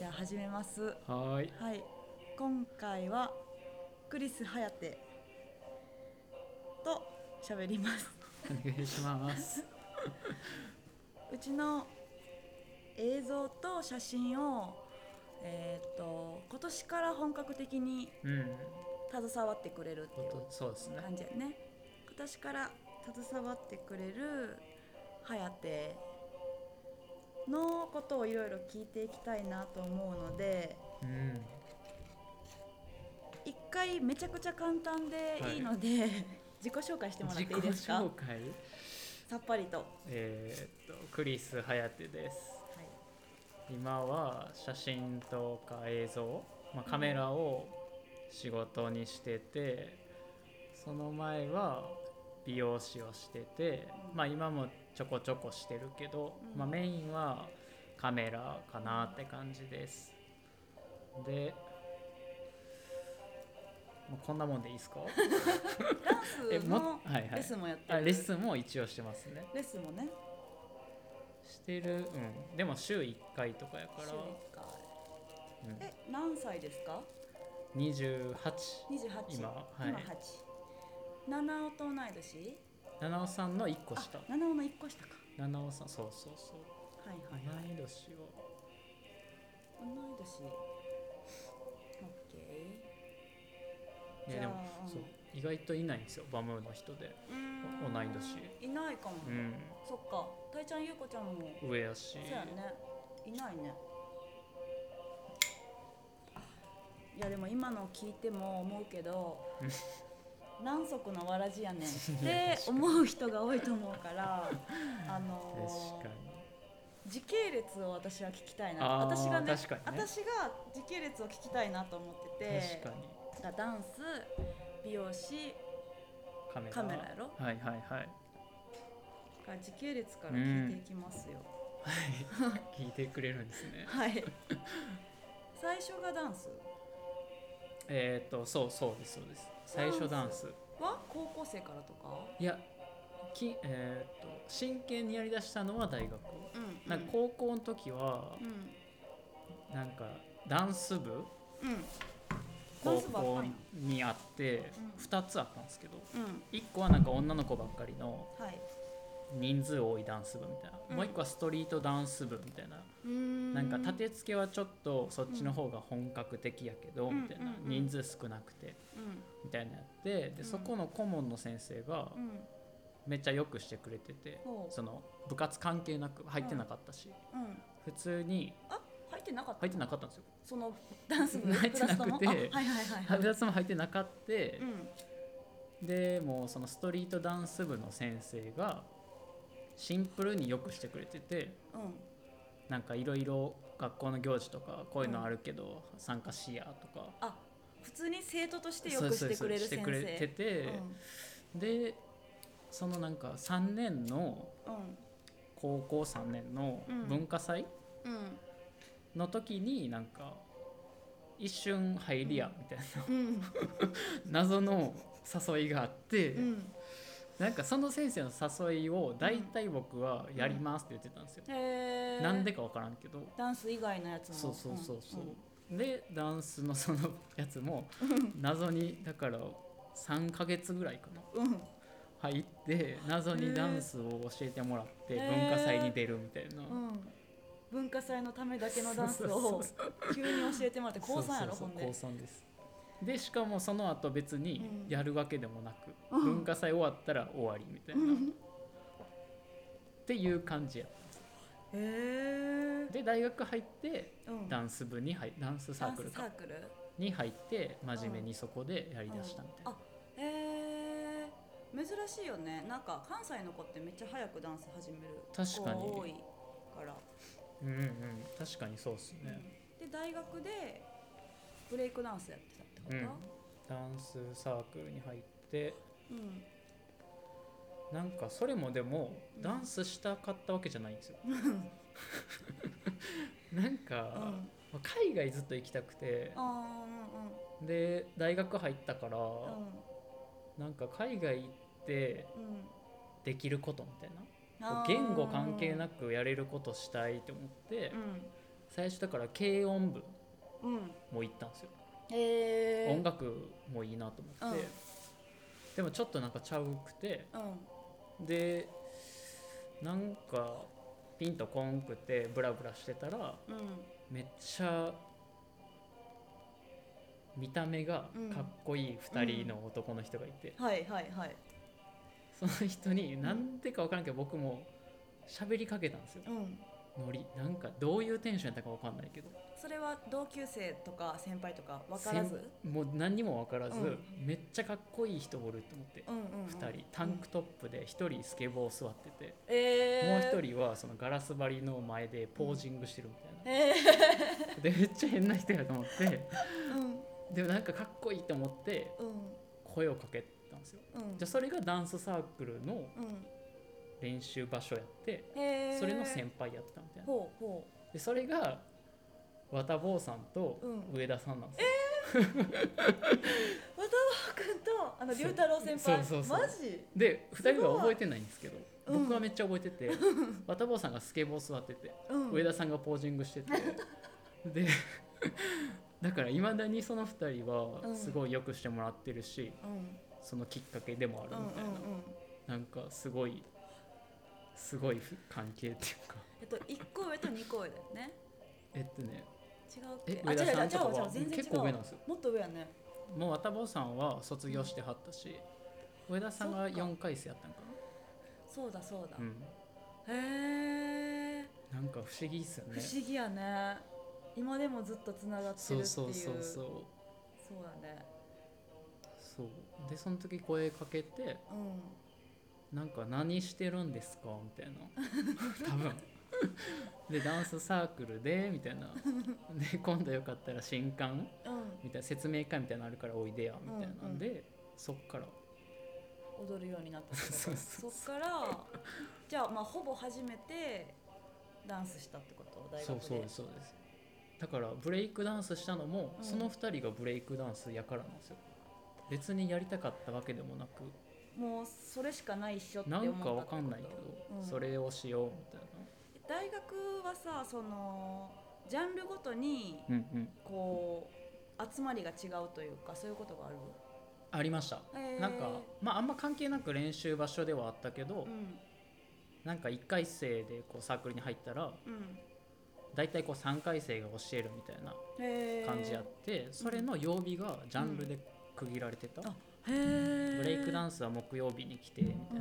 ゃあ始めます。 はい。 はい、今回はクリス・ハヤテと喋ります。 お願いします。 うちの映像と写真を、今年から本格的にうん。 携わってくれるっていうそうですね。 感じやね。今年から携わってくれるハヤテのことをいろいろ聞いていきたいなと思うので、 うん。 一回めちゃくちゃ簡単でいいので、自己紹介してもらっていいですか？ 自己紹介。 さっぱりと。 クリス・ハヤテです。 はい。 今は写真とか映像、カメラを仕事にしてて、その前は美容師をしてて、今もちょこちょこしてるけど、メインはカメラかなって感じです。で、こんなもんでいいですか？ ダンスのはいはい。 レッスンもやってる。 レッスンも一応してますね。 レッスンもね。 してる。うん。でも週1回とかやから。 週1回。 うん、 何歳ですか 28。 ？28。 今、はい。 今8。七尾と同い年？ 七尾さんの1個下。 七尾の1個下か。 七尾さん、そうそうそう。 はいはいはい。 同い年を。 同い年。オッケー。じゃあでもそう意外といないんですよ、バムーの人で同い年。 いないかも。 うん。 そっか。たいちゃんゆうこちゃんも上やし。 そうやね。いないね。いやでも今の聞いても思うけど何足のわらじやねんって思う人が多いと思うから確かに時系列を私は聞きたいな。 確かにね。 私が時系列を聞きたいなと思ってて、 確かにダンス、美容師、カメラやろ。 はいはいはい。 時系列から聞いていきますよ。 聞いてくれるんですね。 はい最初がダンスそうですそうです。最初ダンスは高校生からとか？ いや真剣にやりだしたのは大学、なんか高校の時は、なんかダンス部、高校にあって2つあったんですけど、1個はなんか女の子ばっかりの人数多いダンス部みたいな、もう1個はストリートダンス部みたいな、なんか立て付けはちょっとそっちの方が本格的やけど、みたいな、人数少なくて、みたいなやって、でそこの顧問の先生が、めっちゃよくしてくれてて、その部活関係なく入ってなかったし、普通に入ってなかったんですよ。 そのダンス部入ってなくて、 2 つも入ってなかった、でもうそのストリートダンス部の先生がシンプルによくしてくれてて、なんかいろいろ学校の行事とかこういうのあるけど参加しやとか、 普通に生徒としてよくしてくれる先生してくれてて、でそのなんか3年の、高校3年の文化祭の時になんか一瞬入りやみたいな、謎の誘いがあって、なんかその先生の誘いを大体僕はやりますって言ってたんですよ、なんでか分からんけど、 ダンス以外のやつも。 そう、でダンスのそのやつも謎にだから3ヶ月ぐらいかな、入って謎にダンスを教えてもらって文化祭に出るみたいな、 文化祭のためだけのダンスを急に教えてもらって、高3やろ。ほんで高3です。でしかもその後別にやるわけでもなく、文化祭終わったら終わりみたいな、っていう感じやったんです。で大学入って、ダンス部にダンスサークルに入って真面目にそこでやりだしたみたいな。 珍しいよね。なんか関西の子ってめっちゃ早くダンス始める子多いから。 確かにそうっすね。 で大学でブレイクダンスやってたってこと？ ダンスサークルに入って、なんかそれもでもダンスしたかったわけじゃないんですよ。なんか、海外ずっと行きたくて、で大学入ったから、なんか海外行ってできることみたいな、言語関係なくやれることしたいと思って、 最初だから軽音部も行ったんですよ、音楽もいいなと思って、でもちょっとなんかちゃうくて、でなんかピンとこんくてブラブラしてたら、めっちゃ見た目がかっこいい2人の男の人がいて、その人になんでか分からんけど僕も喋りかけたんですよ、ノリなんかどういうテンションやったか分かんないけど、 それは同級生とか先輩とか分からず、 もう何にも分からず、めっちゃかっこいい人おると思って、2人タンクトップで1人スケボー座ってて、もう1人はそのガラス張りの前でポージングしてるみたいな、でめっちゃ変な人やと思って、でもなんかかっこいいと思って声をかけたんですよ、じゃあそれがダンスサークルの練習場所やって、それの先輩やったみたいな、でそれがわたぼうさんと上田さんなんですよ、 わたぼうくんと龍太郎先輩、マジで 2人は覚えてないんですけど、僕はめっちゃ覚えてて、わたぼうさんがスケボー座ってて、上田さんがポージングしてて、でだからいまだにその2人はすごいよくしてもらってるし、そのきっかけでもあるみたいな、なんかすごい関係っていうか、 1個上と2個上だよね。違うっけ？ 上田さんとかは結構上なんですよ。 もっと上やね。 もうわたぼうさんは卒業してはったし、上田さんが4回生やったんかな。 そうだ、へえ。 なんか不思議っすよね。 不思議やね。今でもずっとつながってるっていう。そうだね。 そうでその時声かけて、なんか何してるんですかみたいな多分でダンスサークルでみたいなで今度よかったら新刊、みたいな説明会みたいなのあるからおいでやみたいなんで、そっから踊るようになったそっからじゃあまあほぼ初めてダンスしたってこと？大学で。 そうです。だからブレイクダンスしたのも、その2人がブレイクダンスやからなんですよ。別にやりたかったわけでもなく、 もうそれしかないっしょって思ったってこと？ なんかわかんないけど、それをしようみたいな。 大学はさ、そのジャンルごとにこう集まりが違うというか、そういうことがある？ ありました。なんかあんま関係なく練習場所ではあったけど、なんか1回生でこうサークルに入ったら、だいたいこう3回生が教えるみたいな感じやって、それの曜日がジャンルで区切られてた。ブレイクダンスは木曜日に来てみたいな、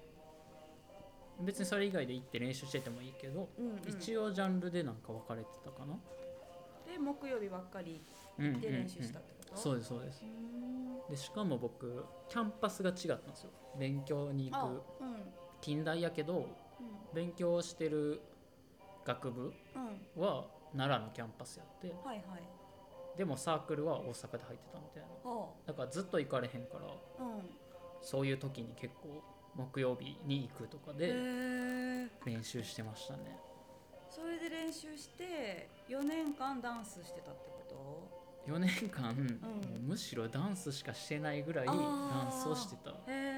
別にそれ以外で行って練習しててもいいけど、一応ジャンルでなんか分かれてたかな。 で木曜日ばっかり行って練習したってこと？ そうです。でしかも僕キャンパスが違ったんですよ。勉強に行く、近代やけど、勉強してる学部は奈良のキャンパスやって、でもサークルは大阪で入ってたみたいな。だからずっと行かれへんから、そういう時に結構木曜日に行くとかで練習してましたね。 それで練習して4年間ダンスしてたってこと？ 4年間、むしろダンスしかしてないぐらいダンスをしてた。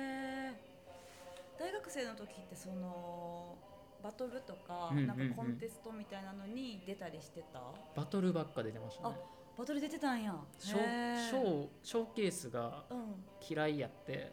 大学生の時ってそのバトルとか、なんかコンテストみたいなのに出たりしてた？ バトルばっか出てましたね。 バトル出てたんや。 ショーケースが嫌いやって、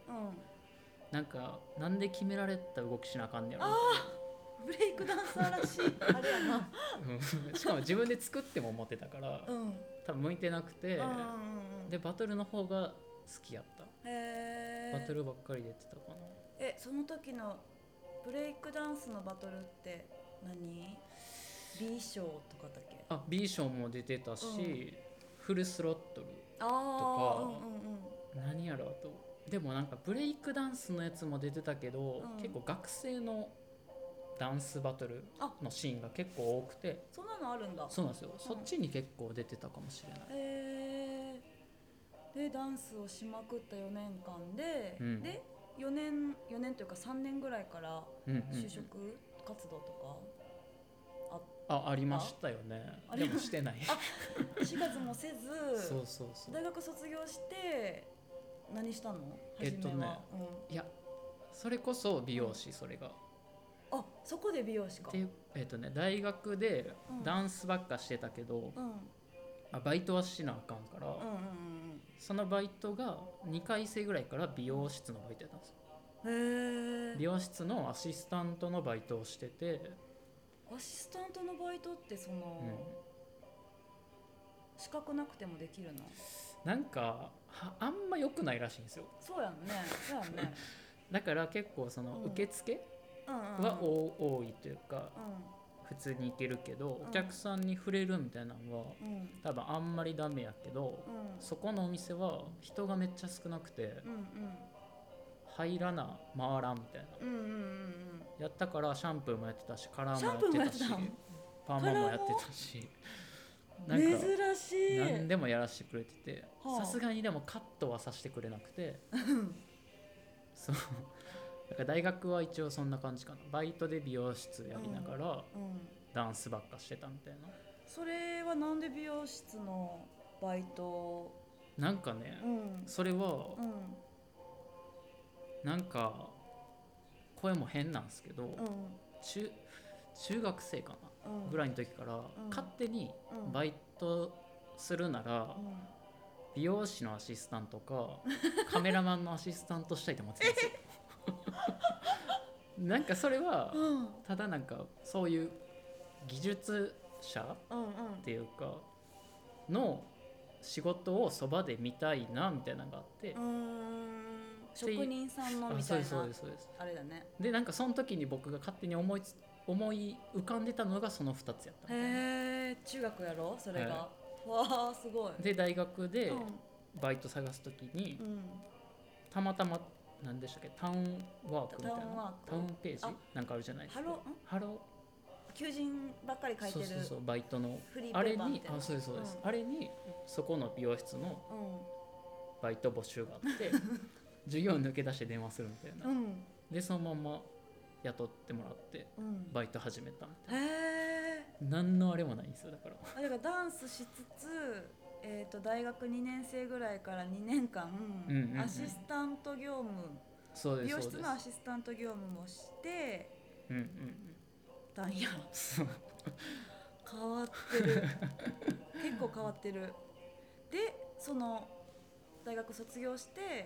なんかなんで決められた動きしなあかんねやろみたいな。 ブレイクダンサーらしいあれやなしかも自分で作っても思ってたから、多分向いてなくて、でバトルの方が好きやった。バトルばっかり出てたかな。 その時のブレイクダンスのバトルって何？ B 賞とかだっけ ？B 賞も出てたし、フルスロットルとか、何やろあと。でもなんかブレイクダンスのやつも出てたけど、結構学生のダンスバトルのシーンが結構多くて。 そんなのあるんだ。 そうなんですよ、そっちに結構出てたかもしれない。 でダンスをしまくった4年間で、で4年というか3年ぐらいから就職活動とかありましたよね。でもしてない 4月もせずそう大学卒業して何したの？初めは、 いやそれこそ美容師、それがあ、そこで美容師か。 で大学でダンスばっかしてたけど、バイトはしなあかんから、そのバイトが2回生ぐらいから美容室のバイトやったんですよ。 へえ。 美容室のアシスタントのバイトをしてて、 アシスタントのバイトって資格なくてもできるの？ なんかあんま良くないらしいんですよ。 そうやんね。そうやんね。 だから結構その受付は多いというか、普通に行けるけど、お客さんに触れるみたいなのは多分あんまりダメやけど、そこのお店は人がめっちゃ少なくて、入らな回らんみたいな、やったからシャンプーもやってたし、カラーもやってたし、パーマもやってたし、なんか珍しい。 何でもやらせてくれてて、さすがにでもカットはさせてくれなくてそうだから大学は一応そんな感じかな。バイトで美容室やりながらダンスばっかしてたみたいな。 それはなんで美容室のバイト？ なんかね、それはなんか声も変なんですけど、中学生かな、ぐらいの時から勝手にバイトするなら美容師のアシスタントかカメラマンのアシスタントしたいと思ってたんですよなんかそれはただなんかそういう技術者っていうかの仕事をそばで見たいなみたいなのがあって、 職人さんのみたいな。そうですあれだね。 でなんかその時に僕が勝手に思い浮かんでたのがその2つやったみたいな。 へえ。中学やろそれが、わあすごい。 で大学でバイト探す時に、たまたま何でしたっけ、タウンワークみたいな、タウンページなんかあるじゃないですか。ハロ求人ばっかり書いてる。 そうバイトのフリーペーパーみたいな。 そうです、あれにそこの美容室のバイト募集があって授業抜け出して電話するみたいな、でそのまま雇ってもらってバイト始めたみたいな。何のあれもないんですよ。だからダンスしつつ、大学2年生ぐらいから2年間アシスタント業務、美容室のアシスタント業務もしてたんや。変わってる結構変わってる。でその大学卒業して、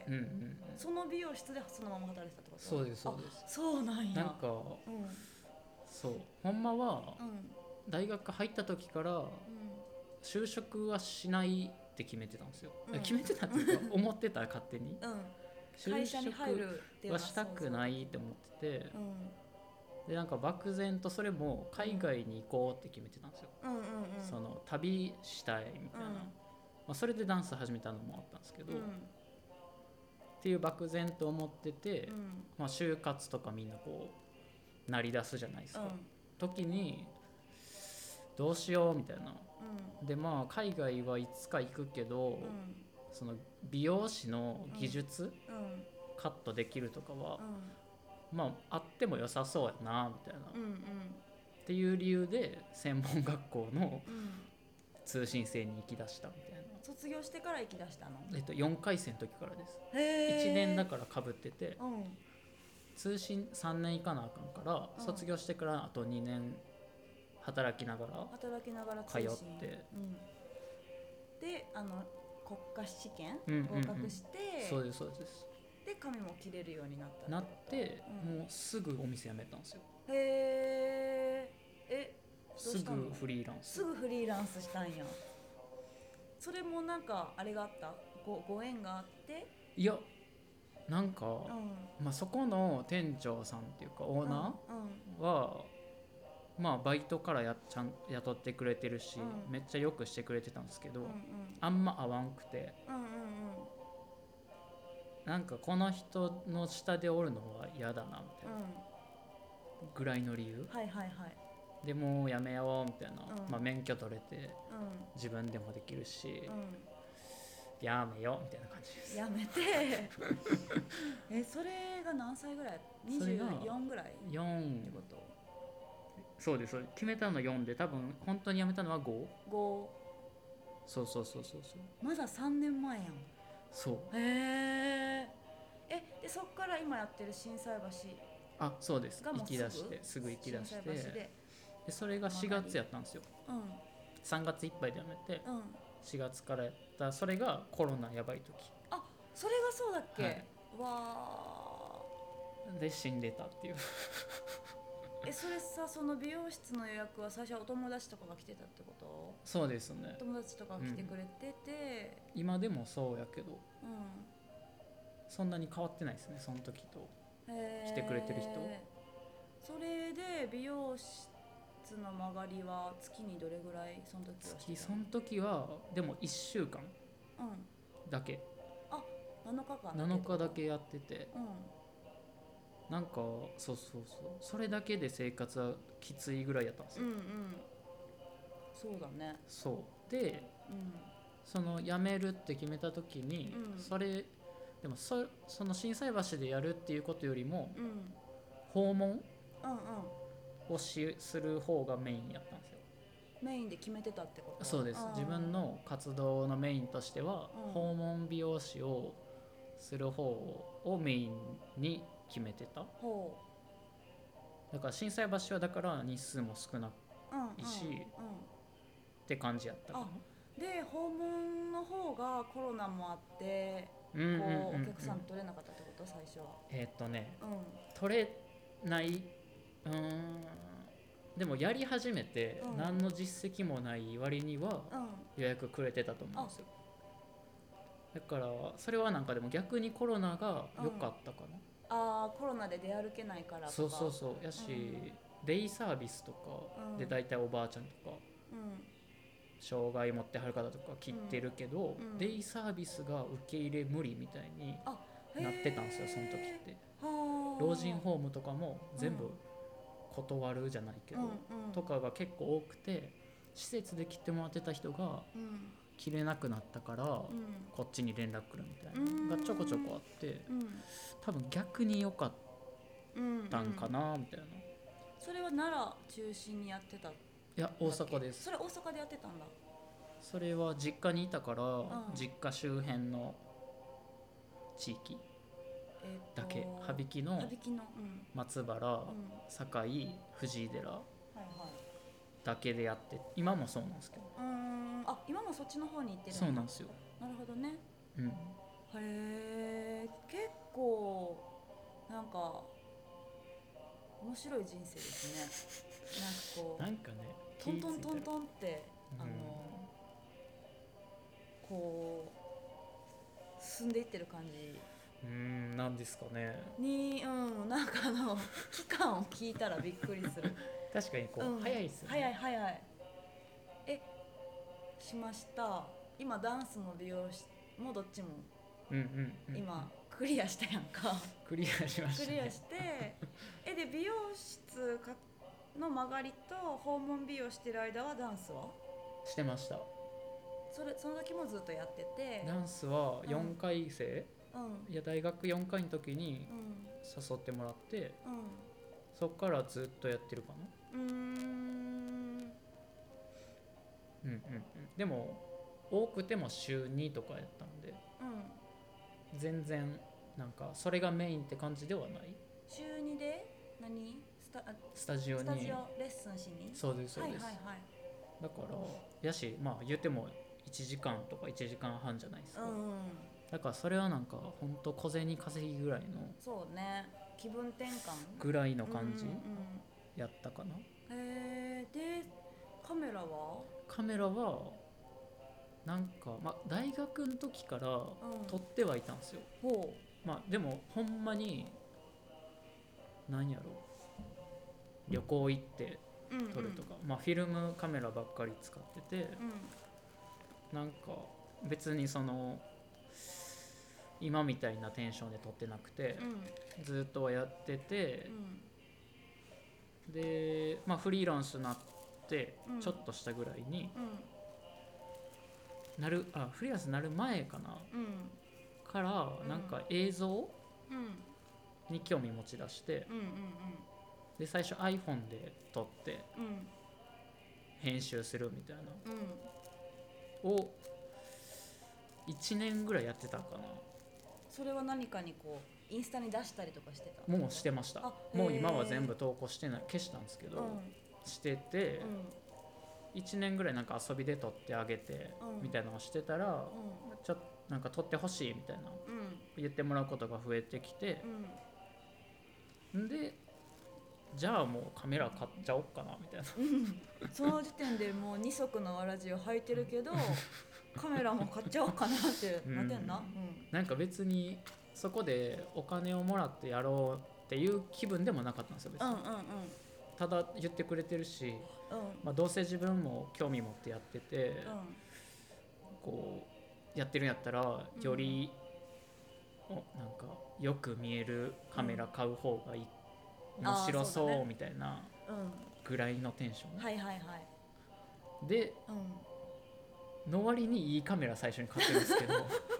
その美容室でそのまま働いてたってこと？ そうです。 そうなんや。 なんか、そうほんまは、大学入った時から、就職はしないって決めてたんですよ、決めてたっていうか思ってた勝手に、 会社に入るはしたくないって思ってて、でなんか漠然とそれも海外に行こうって決めてたんですよ、その旅したいみたいな、それでダンス始めたのもあったんですけど、っていう漠然と思ってて、就活とかみんなこうなりだすじゃないですか、時にどうしようみたいな、で海外はいつか行くけど、その美容師の技術、カットできるとかは、あっても良さそうやなみたいな、っていう理由で専門学校の通信制に行きだしたみたいな。 卒業してから行きだしたの ？4回生の時からです。1年だからかぶってて、通信3年行かなあかんから、卒業してからあと2年働きながら通って、 で国家試験合格して、 そうですで髪も切れるようになった。 もうすぐお店辞めたんですよ。 へえ。 すぐフリーランスしたんや。それもなんかあれがあった？ご縁があって？ いやなんか、そこの店長さんっていうかオーナーは、バイトから雇ってくれてるし、めっちゃよくしてくれてたんですけど、あんま合わんくて、なんかこの人の下でおるのは嫌だなみたいな、ぐらいの理由、でもうやめようみたいな、免許取れて、自分でもできるし、やめようみたいな感じです。 やめてそれが何歳ぐらい？24ぐらい 4ってこと？そうです。決めたの4で、多分本当にやめたのは 5？ そうまだ3年前やん。 そう。 でそっから今やってる心斎橋。 あ、そうです。行き出してすぐ行き出して、でそれが4月やったんですよ、うん、3月いっぱいでやめて、うん、4月からやった。それがコロナやばい時。 あ、それがそうだっけ、はい、わーで死んでたっていうそれさ、その美容室の予約は最初はお友達とかが来てたってこと？ そうですね、 友達とかが来てくれてて、 うん、今でもそうやけど、うん、そんなに変わってないですね、その時と来てくれてる人。 それで美容室の曲がりは月にどれぐらいその時はしてたの？ その時はでも1週間だけ、 うん、あ、7日間 7日だけやってて、うん、なんかそうそれだけで生活はきついぐらいやったんですよ、うんうん、 そうだね。 そうで、うん、その辞めるって決めた時に、うん、でもその心斎橋でやるっていうことよりも、うん、訪問、うんうん、をする方がメインやったんですよ。 メインで決めてたってこと？ そうです。自分の活動のメインとしては、うん、訪問美容師をする方をメインに決めてた。ほう。だから心斎橋はだから日数も少ないし、うんうんうん、って感じやったかな。 で訪問の方がコロナもあって、こうお客さん取れなかったってこと？最初は取れない、でもやり始めて何の実績もない割には予約くれてたと思うんですよ、だからそれはなんかでも逆にコロナが良かったかな、 ああ、コロナで出歩けないからとか。 そうやし、デイサービスとかで大体おばあちゃんとか、障害持ってはる方とか切ってるけど、デイサービスが受け入れ無理みたいになってたんですよ、その時って。老人ホームとかも全部断るじゃないけど、とかが結構多くて、施設で切ってもらってた人が切れなくなったから、こっちに連絡来るみたいなのがちょこちょこあって、多分逆に良かったんかなみたいな。 それは奈良中心にやってた？いや、大阪です。 それ大阪でやってたんだ。 それは実家にいたから、実家周辺の地域だけ、羽曳の松原、堺、藤井寺だけでやって、今もそうなんですけど。 あ、今もそっちの方に行ってるんだ。 そうなんですよ。 なるほどね。 うん、へえ、結構なんか面白い人生ですね。 なんかね、 トントントントンって、こう進んでいってる感じ。 なんですかね。 なんか期間を聞いたらびっくりする。 確かに早いっすね。 早い。しました。今ダンスも美容師もどっちも今クリアしたやんか。 クリアしましたね。 クリアしてで美容室の曲がりと訪問美容してる間はダンスはしてました。 その時もずっとやってて、 ダンスは4回生、いや大学4回の時に誘ってもらって、そっからずっとやってるかな。でも多くても週2とかやったんで、全然なんかそれがメインって感じではない。 週2でスタジオにレッスンしに。 そうですそうです、だからやし、まあ言うても1時間とか1時間半じゃないですか、だからそれはなんかほんと小銭稼ぎぐらいの、 そうね、気分転換ぐらいの感じやったかな。 でカメラはなんか、大学の時から撮ってはいたんですよ、でもほんまに何やろ、旅行行って撮るとか、フィルムカメラばっかり使ってて、なんか別にその今みたいなテンションで撮ってなくて、ずっとやってて、でフリーランスになってちょっとしたぐらいに、フリーランスになる前かな、からなんか映像に興味持ち出して、で最初 iPhone で撮って編集するみたいな、を1年ぐらいやってたかな。 それは何かにインスタに出したりとかしてた？ もうしてました。もう今は全部投稿してない、消したんですけど、してて、1年ぐらいなんか遊びで撮ってあげて、みたいなのをしてたら、ちょっとなんか撮ってほしいみたいな、言ってもらうことが増えてきて、でじゃあもうカメラ買っちゃおうかなみたいな、 その時点でもう二足のわらじを履いてるけどカメラも買っちゃおうかなってなってんな、 なんか別にそこでお金をもらってやろうっていう気分でもなかったんですよ別に、ただ言ってくれてるし、どうせ自分も興味持ってやってて、こうやってるんやったらより、なんかよく見えるカメラ買う方がいい、面白そうみたいなぐらいのテンション、で、の割にいいカメラ最初に買ってるんですけど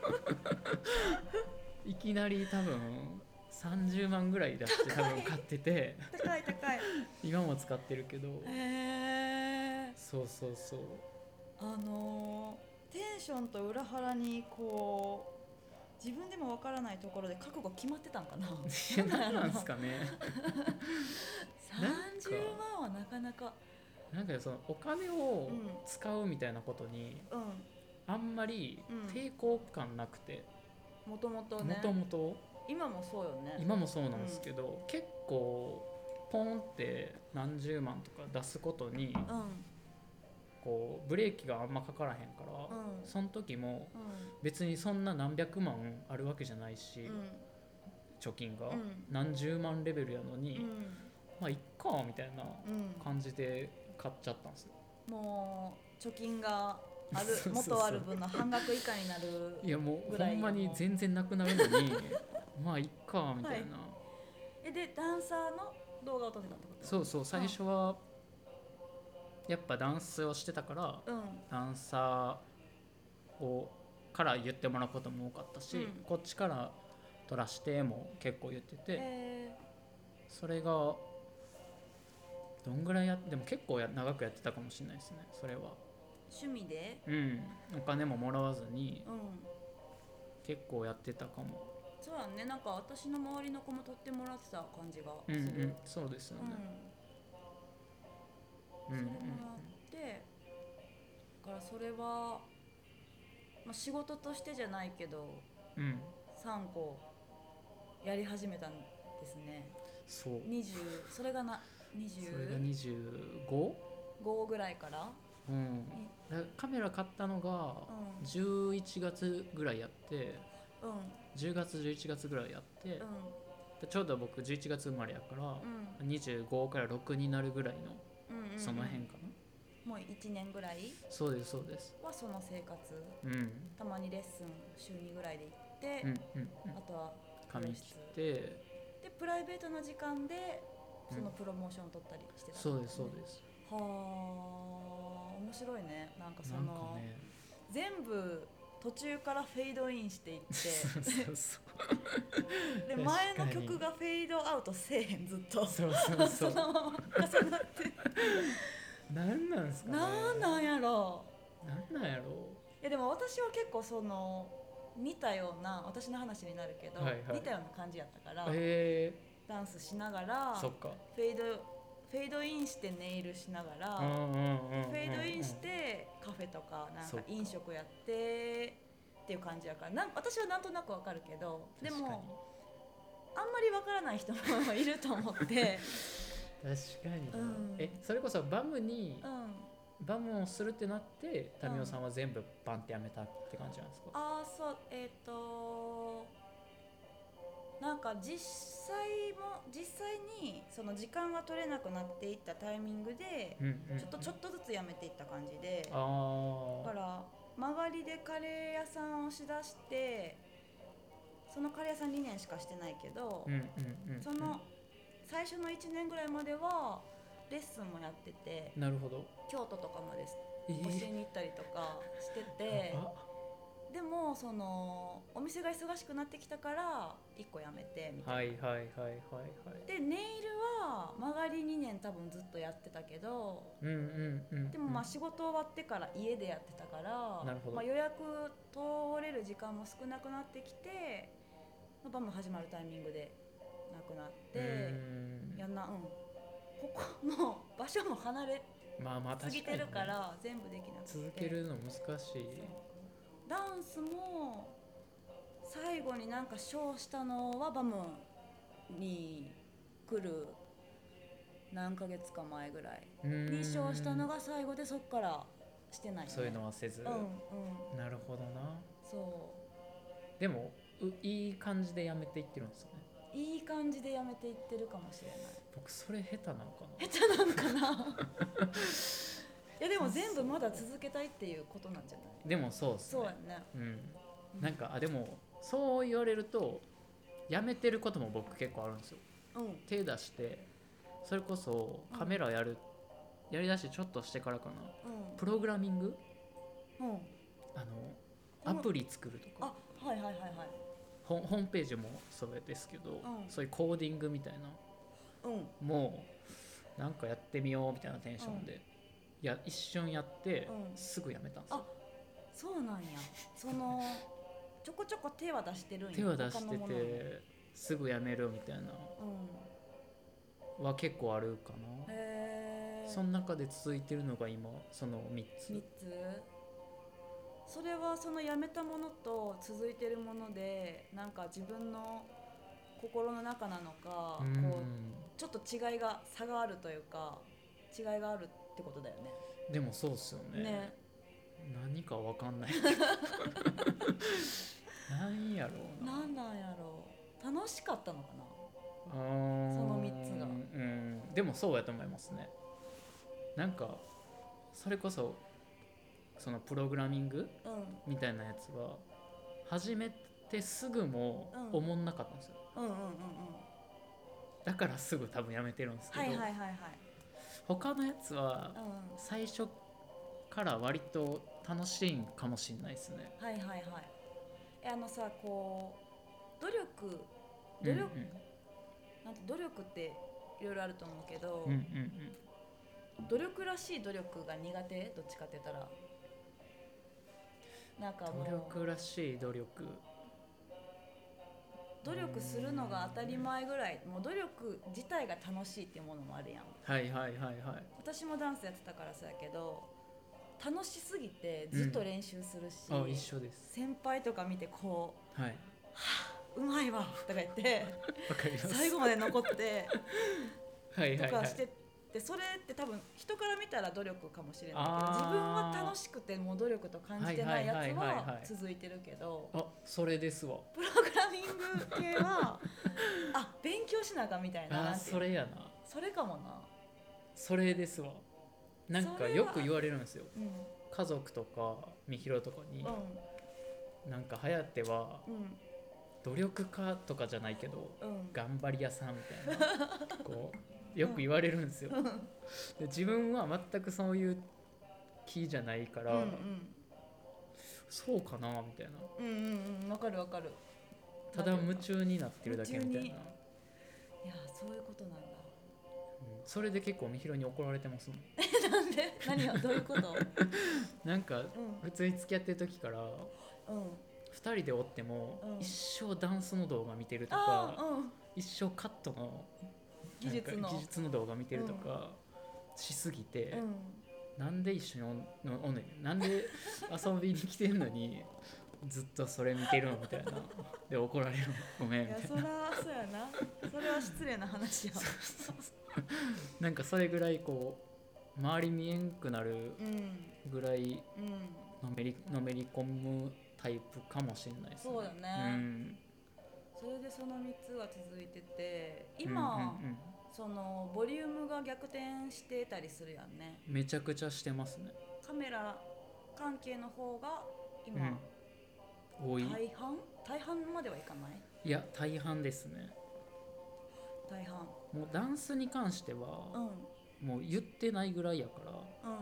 いきなり多分30万ぐらい出して多分買ってて高い今も使ってるけど、そうテンションと裏腹にこう自分でもわからないところで覚悟決まってたんかな。 何なんですかね 30万はなかなかなんかそのお金を使うみたいなことにあんまり抵抗感なくて、 もともとね、今もそうよね。 今もそうなんですけど、結構ポンって何十万とか出すことに、こうブレーキがあんまかからへんから、その時も別にそんな何百万あるわけじゃないし、貯金が何十万レベルやのに、まあいっかみたいな感じで買っちゃったんですよ。 もう貯金がある元ある分の半額以下になるぐらい。 いやもうほんまに全然なくなるのにまあいっかみたいな、 でダンサーの動画を撮ってたってこと？ そう最初はやっぱダンスをしてたから、ダンサーをから言ってもらうことも多かったし、こっちから撮らしても結構言ってて、それがどんぐらいでも結構長くやってたかもしれないですね。それは趣味で、 お金ももらわずに、結構やってたかも。 そうだね、なんか私の周りの子も撮ってもらってた感じがする。 そうですよね。 それもらって、だからそれは、仕事としてじゃないけど、3個やり始めたんですね。 そうそれが25ぐらいから、 カメラ買ったのが11月ぐらいやって、10月11月ぐらいやって、ちょうど僕11月生まれやから、25から6になるぐらいの、その辺かな。 もう1年ぐらいそうですはその生活、たまにレッスン週2ぐらいで行って、あとは髪切って、 でプライベートの時間でそのプロモーション取ったりしてた、 そうですはあ、面白いね。なんかその全部途中からフェードインしていってで前の曲がフェードアウトせえへん、ずっとそのまま重なってなんなんですかね。 なんやろう。 でも私は結構その似たような、私の話になるけど、似たような感じやったから、ダンスしながらフェードインしてネイルしながら、フェードインしてカフェとかなんか飲食やってっていう感じやから、私はなんとなくわかるけど、でもあんまりわからない人もいると思って確かに、それこそバムをするってなって民生さんは全部バンってやめたって感じなんですか？ そうなんか実際にその時間が取れなくなっていったタイミングで、ちょっとずつやめていった感じで、だから曲がりでカレー屋さんをしだして、そのカレー屋さん2年しかしてないけど、その最初の1年ぐらいまではレッスンもやってて、 なるほど、 京都とかまで教えに行ったりとかしてて、でもそのお店が忙しくなってきたから1個やめてみたいな。でネイルは曲がり2年多分ずっとやってたけど、でも仕事終わってから家でやってたから、予約通れる時間も少なくなってきて、 バム始まるタイミングで亡くなってやんな、ここも場所も離れ過ぎてるから全部できなくて、 続けるの難しい。 ダンスも最後になんかショーしたのはバムに来る何ヶ月か前ぐらいにショーしたのが最後で、そっからしてない、ね、 そういうのはせず、なるほどな。 そうでもいい感じでやめていってるんですよね。 いい感じでやめていってるかもしれない。 僕それ下手なのかな。 下手なのかないやでも全部まだ続けたいっていうことなんじゃない。 でもそうっすね。 そうやね、 なんかでもそう言われるとやめてることも僕結構あるんですよ、手出してそれこそカメラやりだしてちょっとしてからかな、プログラミング、アプリ作るとか、ホームページもそうですけど、そういうコーディングみたいな、もうなんかやってみようみたいなテンションで、一瞬やって、すぐやめたんですよ。 あ、そうなんや。そのちょこちょこ手は出してるんや。 手は出しててすぐやめるみたいな、は結構あるかな。その中で続いてるのが今その3つ。 それはそのやめたものと続いてるものでなんか自分の心の中なのか、こうちょっと違いが差があるというか違いがあるってことだよね。 でもそうっすよね。何か分かんない何やろうな。 何なんやろう。楽しかったのかな、その3つが。 でもそうやと思いますね。なんかそれこそそのプログラミング、みたいなやつは始めてすぐも思んなかったんですよ、だからすぐ多分やめてるんですけど、他のやつは最初から割と楽しいんかもしれないですね。 さ、こう努力っていろいろあると思うけど、努力らしい努力が苦手。どっちかって言ったらなんかもう努力らしい努力するのが当たり前ぐらい、もう努力自体が楽しいっていうものもあるやん。私もダンスやってたからそうやけど、楽しすぎてずっと練習するし、 一緒です。 先輩とか見てこう、はあ、うまいわとか言って最後まで残ってとかしてって、それって多分人から見たら努力かもしれないけど、自分は楽しくてもう努力と感じてないやつは続いてるけど、 それですわ。 プログラミング系は勉強しなあかんみたいな。 それやな。 それかもな。 それですわ。なんかよく言われるんですよ、家族とかみひろとかに、なんか颯は努力家とかじゃないけど、頑張り屋さんみたいなこうよく言われるんですよ、で自分は全くそういう気じゃないから、そうかなみたいな。わかるわかる。 ただ夢中になってるだけみたいな。いや、 そういうことなんだ。 それで結構みひろに怒られてますもんなんで？何をどういうこと？ なんか、普通に付き合ってる時から、2人でおっても、一生ダンスの動画見てるとか、一生カットの技術の動画見てるとか、しすぎて、なんで一緒におんねん、なんで遊びに来てんのにずっとそれ見てるのみたいなで怒られる。ごめんみたいな。 そりゃそうやな。それは失礼な話や。 なんかそれぐらいこう周り見えんくなるぐらいのめり込むタイプかもしれないですね。 そうだね、それでその3つが続いてて、今、そのボリュームが逆転してたりするやんね。 めちゃくちゃしてますね。 カメラ関係の方が今、 多い。 大半まではいかない？ いや、大半ですね。 大半。 もうダンスに関しては、もう言ってないぐらいやから、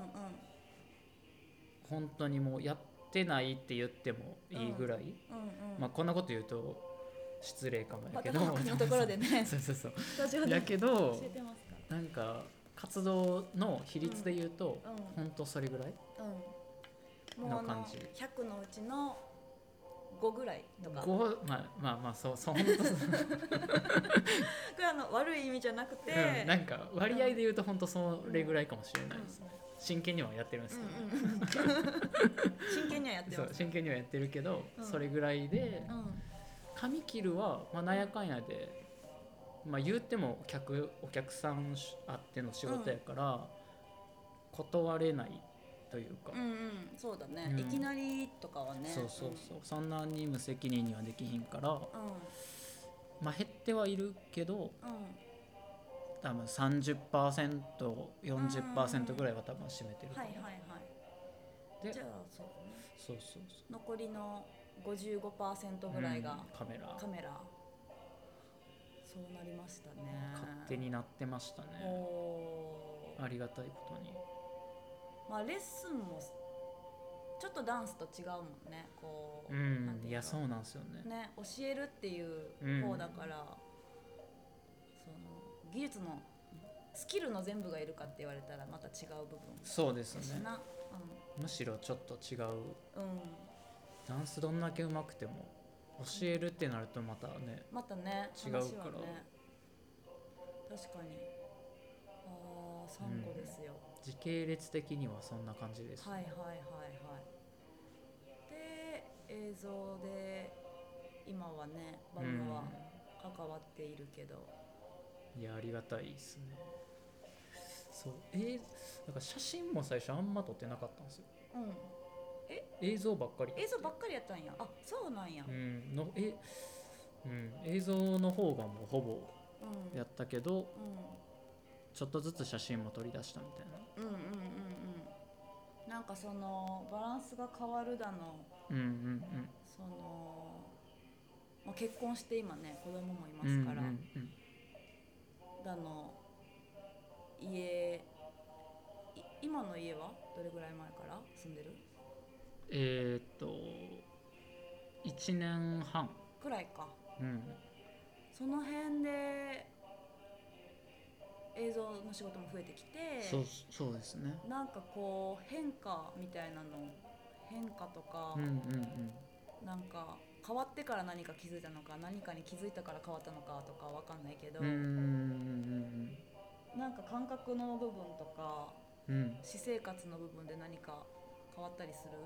本当にもうやってないって言ってもいいぐらい、こんなこと言うと失礼かもやけど、 のところでねそうやけど、なんか活動の比率で言うと、本当それぐらいの感じ。 100のうちの 5ぐらいとか 5、まあそう本当これ悪い意味じゃなくて、 なんか割合で言うと本当それぐらいかもしれないですね、真剣にはやってるんですけど、 真剣にはやってます、 そう真剣にはやってるけど、それぐらいで、髪切るは、なんやかんやで、言ってもお客さんあっての仕事やから、断れないというか、 そうだね、いきなりとかはね、 そう、そんなに無責任にはできひんから、減ってはいるけど、多分 30%、40% ぐらいは多分占めてるから、でじゃあそうだね、 そう残りの 55% ぐらいが、カメラそうなりましたね、 勝手になってましたね、ありがたいことに。 レッスンもちょっとダンスと違うもんね、こう、 いやそうなんですよね、 教えるっていう方だから、その技術のスキルの全部がいるかって言われたらまた違う部分、 そうですね、むしろちょっと違う、ダンスどんだけ上手くても教えるってなるとまたね違うから、確かにサンゴですよ、 時系列的にはそんな感じですね。 で映像で今はねバムは関わっているけど、 いやありがたいですね。そうなんか写真も最初あんま撮ってなかったんですよ、映像ばっかりやったんや。あ、そうなんや。 映像の方がもうほぼやったけど、ちょっとずつ写真も撮り出したみたいな。 なんかそのバランスが変わるだの、その、結婚して今ね子供もいますから、だの今の家はどれぐらい前から住んでる ？1年半くらいか、その辺で映像の仕事も増えてきて、 そうですね、 なんかこう変化みたいなの、変化とか、なんか変わってから何か気づいたのか、何かに気づいたから変わったのかとかわかんないけど、なんか感覚の部分とか、私生活の部分で何か変わったりする？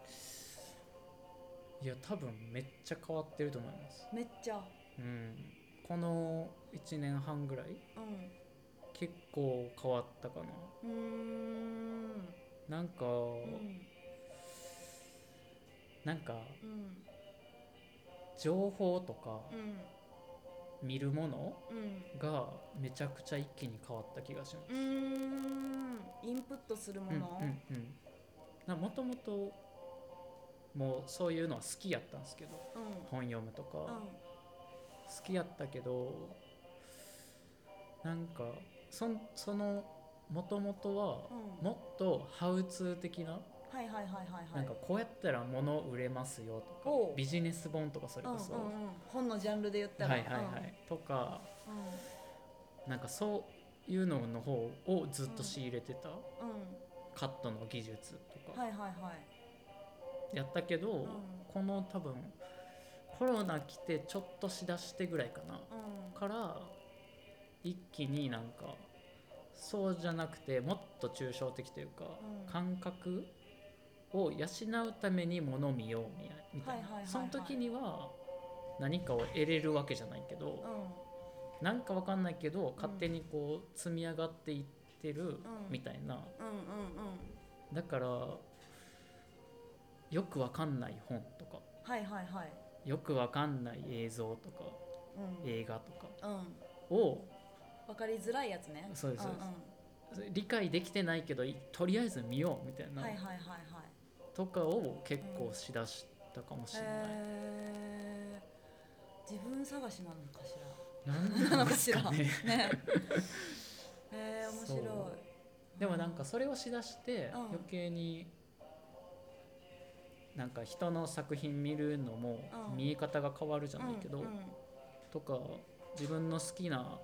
いや多分めっちゃ変わってると思います。 めっちゃ、 この1年半ぐらい、結構変わったかな。なんか、情報とか、見るものがめちゃくちゃ一気に変わった気がします。 インプットするもの、 もともともうそういうのは好きやったんですけど、本読むとか、好きやったけど、なんかそのもともとはもっとハウツー的な、なんかこうやったら物売れますよとか、ビジネス本とか、それこそ、 本のジャンルで言ったら、 とか、なんかそういうのの方をずっと仕入れてた、カットの技術とか、やったけど、この多分コロナ来てちょっとしだしてぐらいかな、から一気になんかそうじゃなくてもっと抽象的というか、感覚を養うために物を見ようみたいな、その時には何かを得れるわけじゃないけど、なんかわかんないけど勝手にこう積み上がっていってるみたいな、だからよくわかんない本とか、よくわかんない映像とか、映画とかを、 分かりづらいやつね。 そうです、理解できてないけどとりあえず見ようみたいな、とかを結構しだしたかもしれない。 自分探しなのかしら。なのかしらね。 面白い。 でもなんかそれをしだして余計になんか人の作品見るのも見え方が変わるじゃないけど、とか自分の好きな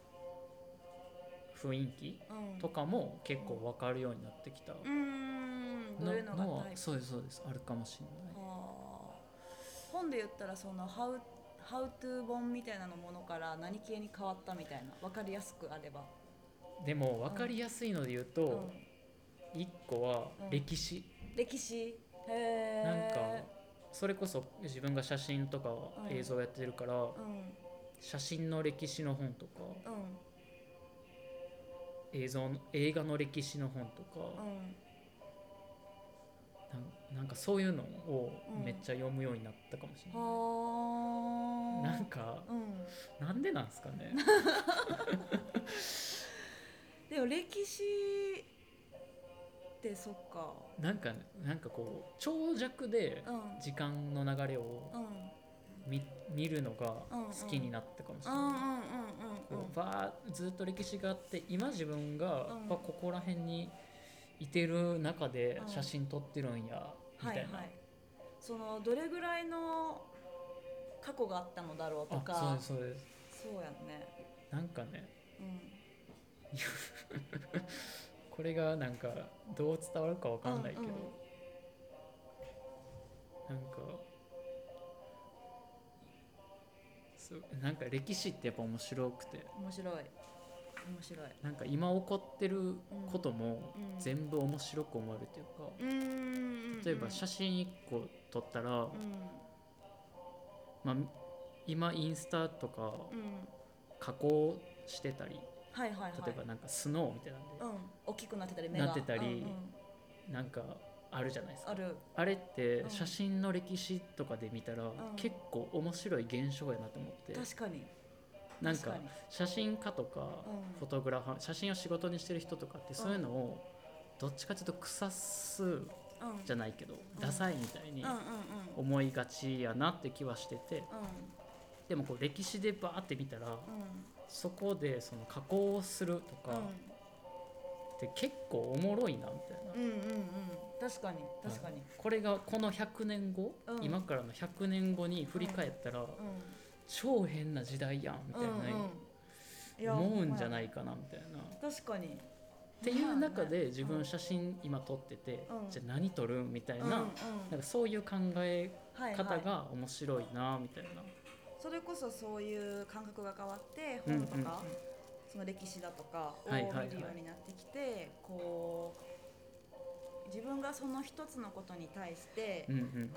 雰囲気とかも結構分かるようになってきたどういうのがタイプ、 そうですあるかもしれない。 本で言ったらそのハウトゥー本みたいなのものから何系に変わったみたいな、分かりやすくあれば。 でも分かりやすいので言うと、1個は歴史、 歴史、へなんかそれこそ自分が写真とか映像やってるから、写真の歴史の本とか、映画の歴史の本とか、なんかそういうのをめっちゃ読むようになったかもしれない、なんか、なんでなんですかねでも歴史ってそっか、 なんかこう長尺で時間の流れを見るのが好きになったかもしれない。ずっと歴史があって、今自分がここら辺にいてる中で写真撮ってるんやみたいな、 そのどれぐらいの過去があったのだろうとか。 そうですそうやね。 なんかね、これがなんかどう伝わるかわかんないけど、なんか歴史ってやっぱ面白くて、 面白いなんか今起こってることも全部面白く思えるというか、例えば写真1個撮ったら、今インスタとか加工してたり、例えばなんかスノーみたいなんで、 大きくなってたり目がなってたり、なんかあるじゃないですか。あれって写真の歴史とかで見たら、結構面白い現象やなと思って。 確かに。 なんか写真家とかフォトグラファー、写真を仕事にしてる人とかってそういうのをどっちかというと腐すじゃないけど、ダサいみたいに思いがちやなって気はしてて、でもこう歴史でバーって見たら、そこでその加工をするとかって結構おもろいなみたいな。確かにこれがこの100年後、今からの100年後に振り返ったら、超変な時代やんみたいな思うんじゃないかなみたいな。 確かに。 っていう中で自分写真今撮ってて、じゃあ何撮るみたいな、なんかそういう考え方が面白いなみたいな。 それこそそういう感覚が変わって本とか、その歴史だとかを見るようになってきて、こう自分がその一つのことに対して、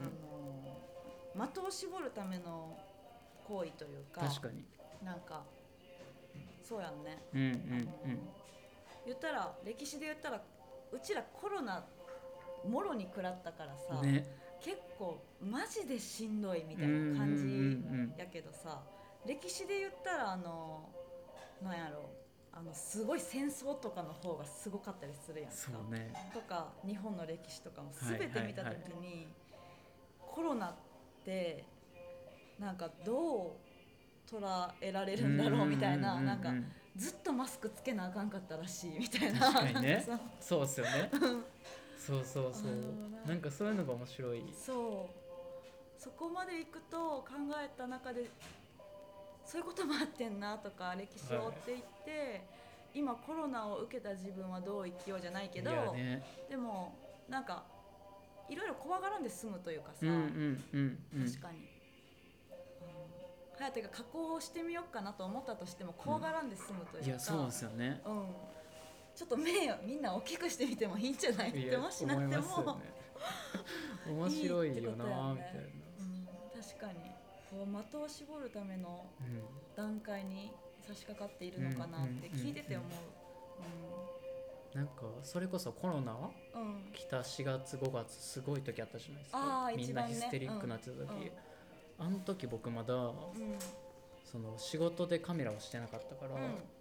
的を絞るための行為というか、 確かになんかそうやんね。言ったら歴史で言ったら、うちらコロナもろに食らったからさ、結構マジでしんどいみたいな感じやけどさ、歴史で言ったらなんやろ、すごい戦争とかの方がすごかったりするやんか。 そうね。 とか日本の歴史とかも全て見た時に、コロナってなんかどう捉えられるんだろうみたいな、なんかずっとマスクつけなあかんかったらしいみたいな。 確かにね。そうっすよね。そうなんかそういうのが面白い。 そこまでいくと考えた中でそういうこともあってんなとか、歴史を追っていって、今コロナを受けた自分はどう生きようじゃないけど、でもなんかいろいろ怖がらんで済むというかさ、確かに颯が加工をしてみようかなと思ったとしても怖がらんで済むというか、 いやそうですよね。 ちょっと目をみんな大きくしてみてもいいんじゃないってもしなくても面白いよなみたいな。 確かにこう的を絞るための段階に差し掛かっているのかなって聞いてて思う。 なんかそれこそコロナ来た4月5月すごい時あったじゃないですか。みんなヒステリックになってた時、あの時僕まだその仕事でカメラをしてなかったから、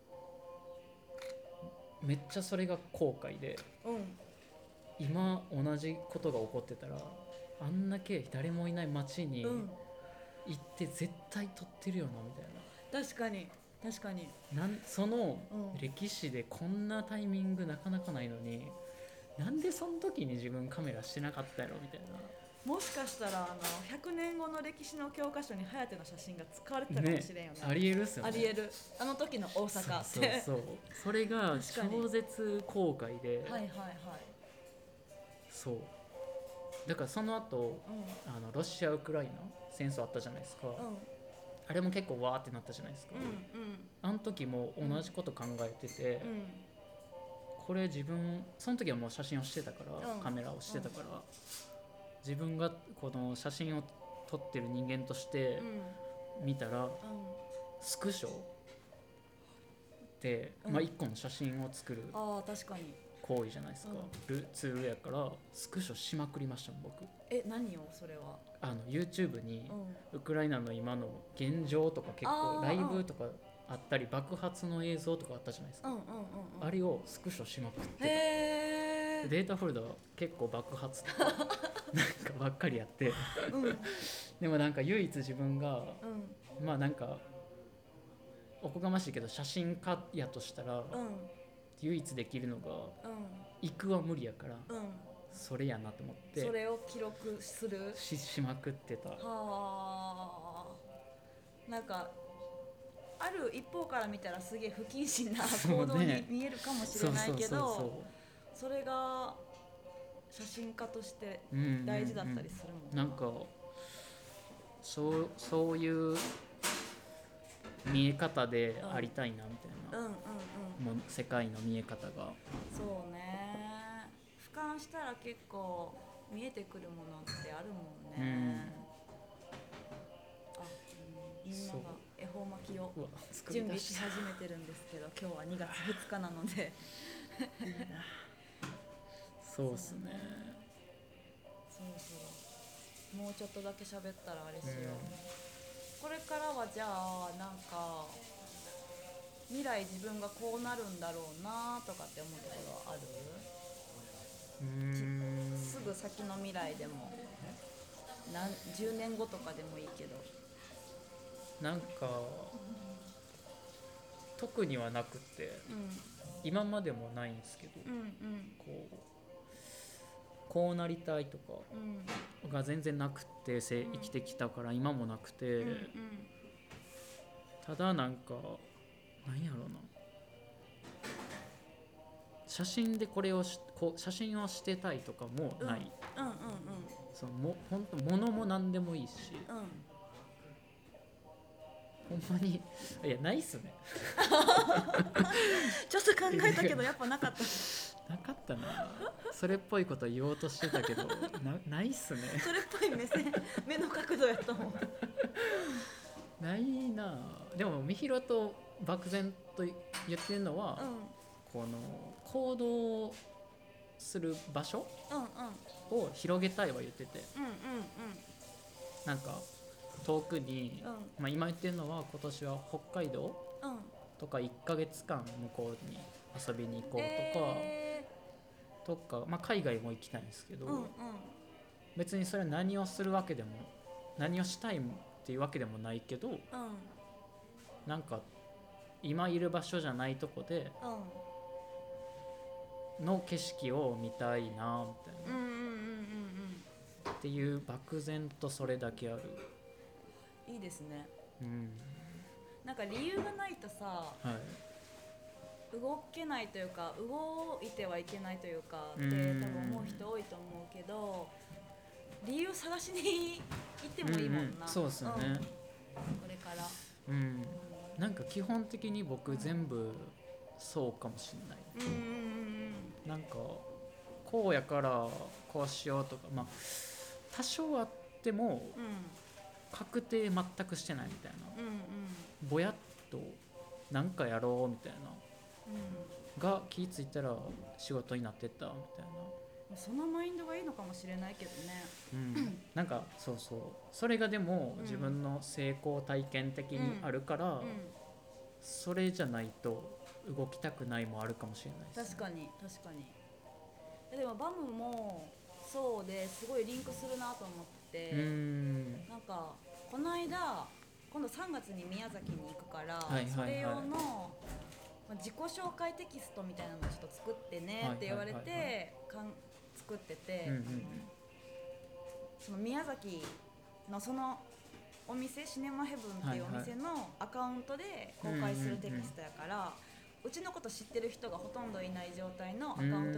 めっちゃそれが後悔で、今同じことが起こってたらあんだけ誰もいない街に行って絶対撮ってるよなみたいな。 確かにその歴史でこんなタイミングなかなかないのに、なんでその時に自分カメラしてなかったやろみたいな。 もしかしたら100年後の歴史の教科書に颯の写真が使われてたかもしれんよね。 ありえるっすよね。 ありえる。あの時の大阪って。 それが超絶後悔で。 そうだからその後、ロシア・ウクライナ戦争あったじゃないですか、あれも結構わーってなったじゃないですか、あの時も同じこと考えてて、これ自分その時はもう写真をしてたから、カメラをしてたから、自分がこの写真を撮ってる人間として見たら、スクショで、一個の写真を作る行為じゃないですか、ツールやからスクショしまくりましたもん僕。 何をそれは YouTube にウクライナの今の現状とか結構ライブとかあったり爆発の映像とかあったじゃないですか、あれをスクショしまくってデータフォルダ結構爆発とかなんかばっかりやってでもなんか唯一自分が、まあなんかおこがましいけど写真家やとしたら、唯一できるのが、行くは無理やから、それやなと思ってそれを記録するしまくってた。 なんかある一方から見たらすげえ不謹慎な行動に見えるかもしれないけど、それが写真家として大事だったりするもんな。 なんかそういう見え方でありたいなみたいな、もう世界の見え方が。 そうね、俯瞰したら結構見えてくるものってあるもんね。みんなが恵方巻きを準備し始めてるんですけど、今日は2月2日なのでいいな。 そうっすね。 そうもうちょっとだけ喋ったらあれしよう、これからはじゃあなんか未来自分がこうなるんだろうなとかって思うところはある？すぐ先の未来でも10年後とかでもいいけど。 なんか特にはなくて、今までもないんですけど、こうなりたいとかが全然なくて生きてきたから今もなくて、ただなんかなんやろうな、写真で写真をしてたいとかもない、そのほんと物も何でもいいし、ほんまにいやないっすねちょっと考えたけどやっぱなかったなかったな、それっぽいこと言おうとしてたけどないっすね。 それっぽい目の角度やと思うないな。でもみひろと漠然と言ってるのは、この行動する場所を広げたいは言ってて、なんか遠くに、今言ってるのは今年は北海道とか1ヶ月間向こうに遊びに行こうとか、海外も行きたいんですけど、別にそれは何をするわけでも何をしたいっていうわけでもないけど、なんか今いる場所じゃないとこでの景色を見たいなみたいな、っていう漠然とそれだけある。 いいですね、なんか理由がないとさ、動けないというか動いてはいけないというかって多分思う人多いと思うけど、理由を探しに行ってもいいもんな。 そうですね、これから、 なんか基本的に僕全部そうかもしれない、なんかこうやからこうしようとか、多少あっても、確定全くしてないみたいな、ぼやっとなんかやろうみたいな、が気づいたら仕事になってったみたいな、 そのマインドがいいのかもしれないけどね、 なんかそれがでも自分の成功体験的にあるから、それじゃないと動きたくないもあるかもしれないですね。 確かにでもバムもそうですごいリンクするなと思って、なんかこの間今度3月に宮崎に行くから、それ用の自己紹介テキストみたいなのをちょっと作ってねって言われて作ってて、その宮崎のそのお店シネマヘブンっていうお店のアカウントで公開するテキストやから、うちのこと知ってる人がほとんどいない状態のアカウントに載るか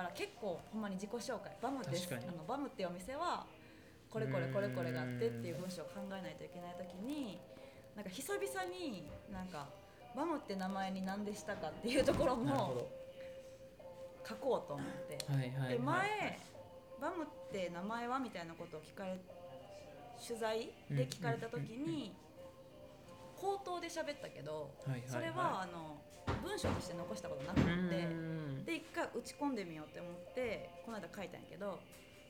から結構ほんまに自己紹介バムです、バムっていうお店はこれこれこれこれがあってっていう文章を考えないといけない時になんか久々になんかバムって名前に何でしたかっていうところも書こうと思って、で前バムって名前はみたいなことを取材で聞かれた時に口頭で喋ったけど、それは文章として残したことなくて、で一回打ち込んでみようって思ってこの間書いたんやけど、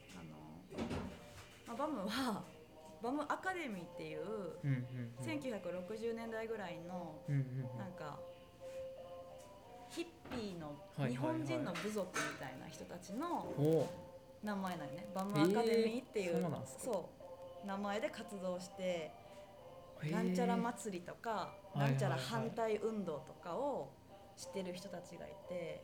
バムはバムアカデミーっていう1960年代ぐらいのなんかヒッピーの日本人の部族みたいな人たちの名前なんよね。バムアカデミーっていうそう名前で活動してなんちゃら祭りとかなんちゃら反対運動とかをしてる人たちがいて、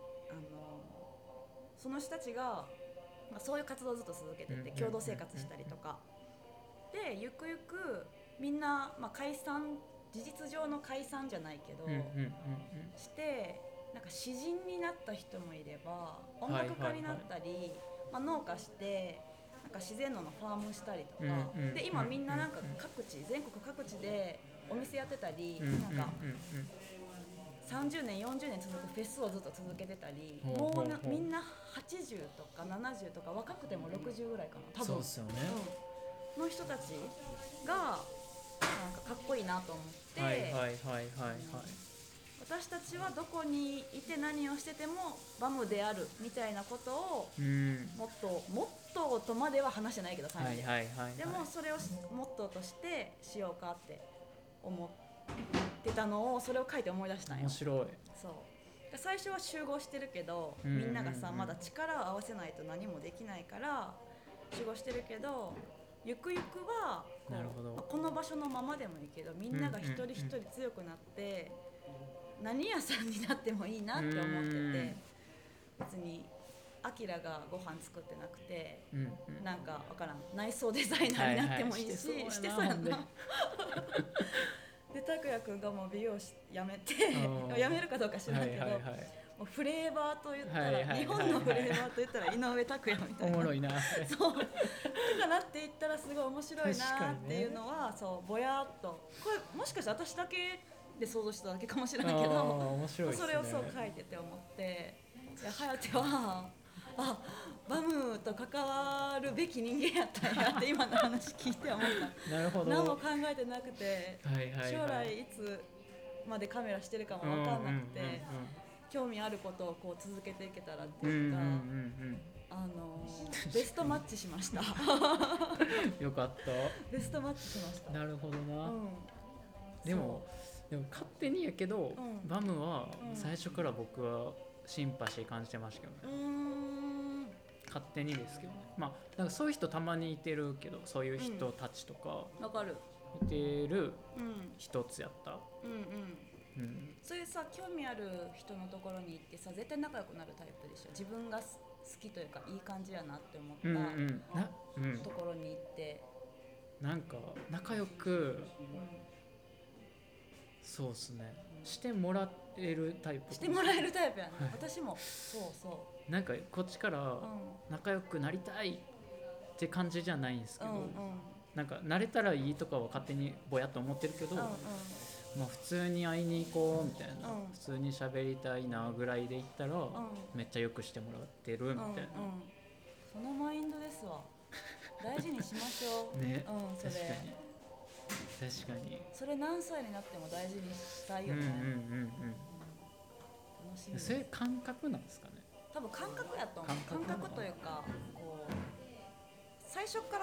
その人たちがそういう活動をずっと続けてて共同生活したりとかでゆくゆくみんな、解散事実上の解散じゃないけど、してなんか詩人になった人もいれば音楽家になったり、農家してなんか自然農のファームしたりとか、で今みんななんか全国各地でお店やってたり、なんか30年40年続くフェスをずっと続けてたり、もうみんな80とか70とか若くても60ぐらいかな多分そうですよね、 の人たちがなんかかっこいいなと思って、私たちはどこにいて何をしててもバムであるみたいなことをもっととまでは話してないけど最後でもそれをモットーとしてしようかって思ってたのをそれを書いて思い出したんよ。 面白い。 そう最初は集合してるけどみんながさまだ力を合わせないと何もできないから集合してるけどゆくゆくはこの場所のままでもいいけどみんなが一人一人強くなって何屋さんになってもいいなって思ってて、別にアキラがご飯作ってなくて、なんか分からん内装デザイナーになってもいいし、してそうやんなで拓也くんがもう美容師辞めて辞めるかどうか知らんけど、もうフレーバーと言ったら、日本のフレーバーと言ったら井上拓也みたいなおもろいなそうとかなっていったらすごい面白いなっていうのは、そうぼやっとこれもしかして私だけで想像しただけかもしれないけど、 面白いですね、 それをそう書いてて思って、颯はバムと関わるべき人間やったんやって今の話聞いて思った。 なるほど。 何も考えてなくて、将来いつまでカメラしてるかも分かんなくて、興味あることをこう続けていけたらっていうか、ベストマッチしましたよかった。 ベストマッチしました。 なるほどな、でも勝手にやけど、バムは最初から僕はシンパシー感じてましたけどね、勝手にですけどね。なんかそういう人たまにいてるけど、そういう人たちとかいてる一つやった。 そういうさ興味ある人のところに行ってさ絶対仲良くなるタイプでしょ。自分が好きというかいい感じやなって思ったところに行って、 なんか仲良く、そうっすね、してもらえるタイプ。 してもらえるタイプやね、私もそうなんかこっちから仲良くなりたいって感じじゃないんですけど、なんか慣れたらいいとかは勝手にぼやっと思ってるけど、普通に会いに行こうみたいな、普通に喋りたいなぐらいで言ったら、めっちゃよくしてもらってるみたいな、 そのマインドですわ大事にしましょうね、 それ確かにそれ何歳になっても大事にしたいよね。楽しみ。 それ感覚なんですかね。 多分感覚やと思う。感覚というかこう最初から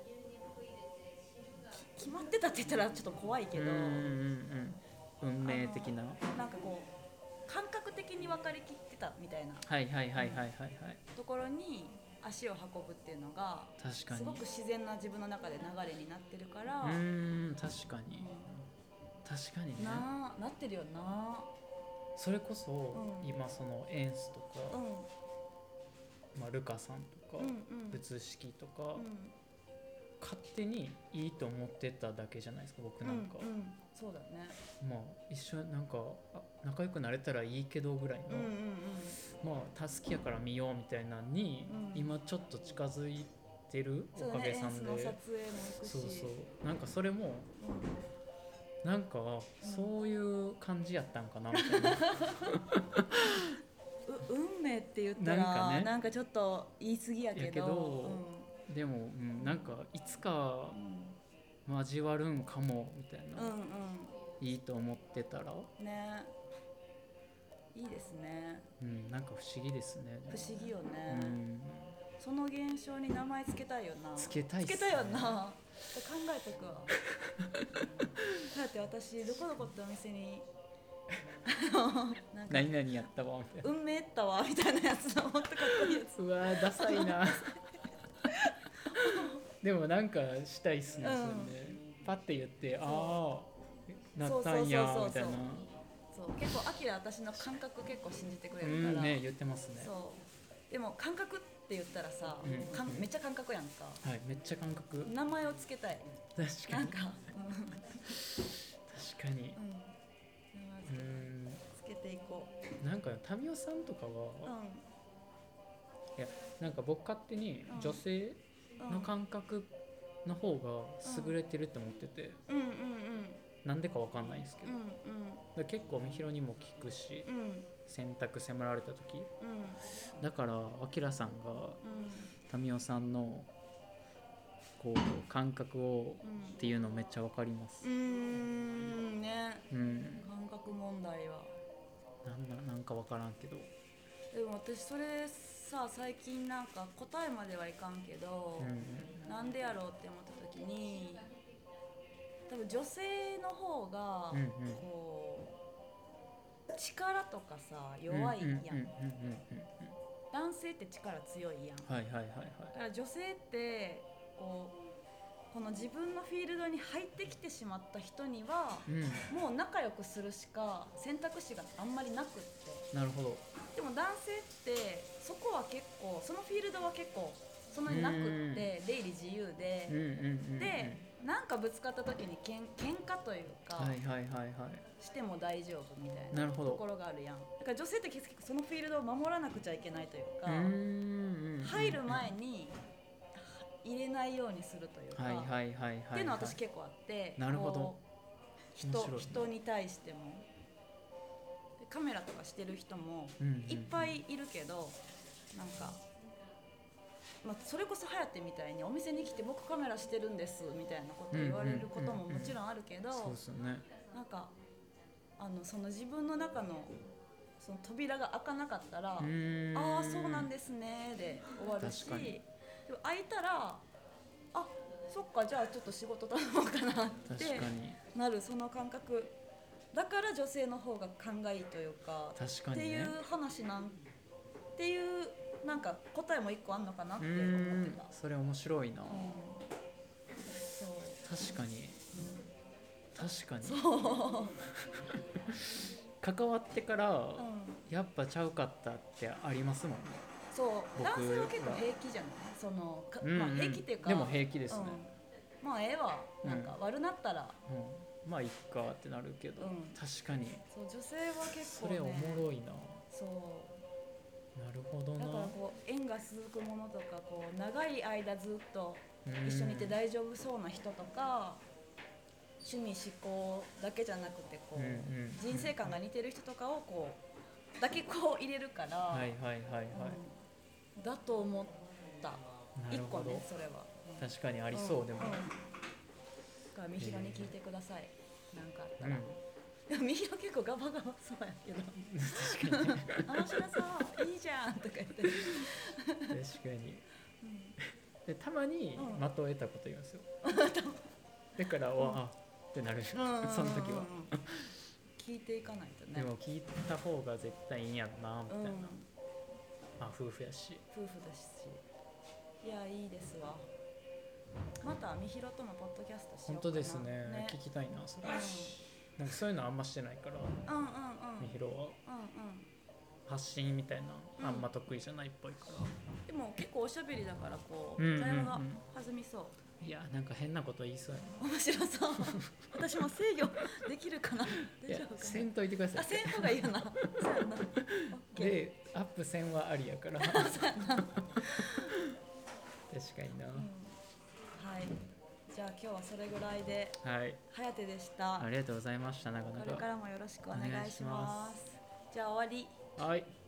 決まってたって言ったらちょっと怖いけど、 運命的な、 なんかこう感覚的に分かりきってたみたいなところに足を運ぶっていうのがすごく自然な自分の中で流れになってるから、 確かに、確かにね、 なってるよな。 それこそ、今そのエンスとか、ルカさんとか、仏式とか、 勝手にいいと思ってただけじゃないですか僕なんか、 そうだね。 まあ一緒なんか仲良くなれたらいいけどぐらいの、まあ助けやから見ようみたいなのに、今ちょっと近づいてるおかげさんで、そうそうなんかそれも、なんかそういう感じやったんかなみたいな運命って言ったらなんかちょっと言い過ぎやけど、 でも、なんかいつか交わるんかもみたいな、いいと思ってたらね、いいですね。 なんか不思議ですね。 不思議よね。その現象に名前つけたいよな。 つけたいっすね。 つけたいよな。考えとくわ。だって私どこどこってお店になんか何々やったわみたいな、 運命ったわみたいなやつのもっとかっこいいやつ。 うわダサいなでもなんかしたいっすね、それね。パッて言ってああなったんやみたいな。 そう結構アキラ私の感覚結構信じてくれるから、 ね、言ってますね。 そうでも感覚って言ったらさ、めっちゃ感覚やんか。 はい、めっちゃ感覚。 名前をつけたい。 確かになんか、 確かに、 つけていこう。なんかタミオさんとかは、いやなんか僕勝手に女性の感覚の方が優れてるって思ってて、なんでかわかんないんですけど、結構みひろにも聞くし、選択迫られた時、だからあきらさんが、タミオさんのこう感覚を、っていうのめっちゃわかります。 ね、感覚問題はなんかわからんけど、 でも私それさ最近なんか答えまではいかんけど、なんでやろうって思った時に多分女性の方がこう力とかさ弱いやん。男性って力強いやん。だから女性ってこの自分のフィールドに入ってきてしまった人には、もう仲良くするしか選択肢があんまりなくって。 なるほど。 でも男性ってそこは結構そのフィールドは結構そんなになくって出入り自由で、でなんかぶつかった時に喧嘩というかしても大丈夫みたいなところがあるやん。だから女性って結構そのフィールドを守らなくちゃいけないというか、入る前に入れないようにするというかっていうのは私結構あって、 なるほど。 人に対してもカメラとかしてる人もいっぱいいるけど、なんか、それこそ颯みたいにお店に来て僕カメラしてるんですみたいなこと言われることももちろんあるけど、なんかその自分の中のその扉が開かなかったら、ああそうなんですねで終わるし、でも開いたらあそっかじゃあちょっと仕事頼もうかなってなる、その感覚だから女性の方が勘がいいというか、っていう話っていうなんか答えも一個あんのかなって思ってた。 それ面白いな。確かに、そう関わってから、やっぱちゃうかったってありますもんね。 そう男性は結構平気じゃない、その平気っていうか、 でも平気ですね。 まあええわ、なんか悪なったら、 まあいっかってなるけど、確かにそう女性は結構、 それおもろいな。 そうなるほどな。 だからこう縁が続くものとか、こう長い間ずっと一緒にいて大丈夫そうな人とか、趣味嗜好だけじゃなくてこう、人生観が似てる人とかをこうだけこう入れるから、だと思った一個ね、それは確かにありそう。でもみひろに聞いてください、なんかあったら。でもみひろ結構ガバガバそうやけどあのしらさいいじゃんとか言って確かに、でたまに的を得たこと言うんですよだからあってなる、その時は聞いていかないとね。 でも聞いた方が絶対いいんやろなみたいな、夫婦やし夫婦だし、いやいいですわ。またみひろとのポッドキャストしようかな。 本当ですね、聞きたいなそれ。なんかそういうのあんましてないから、みひろは発信みたいなあんま得意じゃないっぽいから、 でも結構おしゃべりだからこう会話が弾みそう。 いやなんか変なこと言いそうやな。面白そう私も制御できるかな。大丈夫かな。 せんといてください。 せん方がいいよな。そうやな。 でアップせんはありやから確かにな、 はい、じゃあ今日はそれぐらいで、 はい、 颯でした。 ありがとうございました。なかなかこれからもよろしくお願いします。じゃあ終わり。 はい。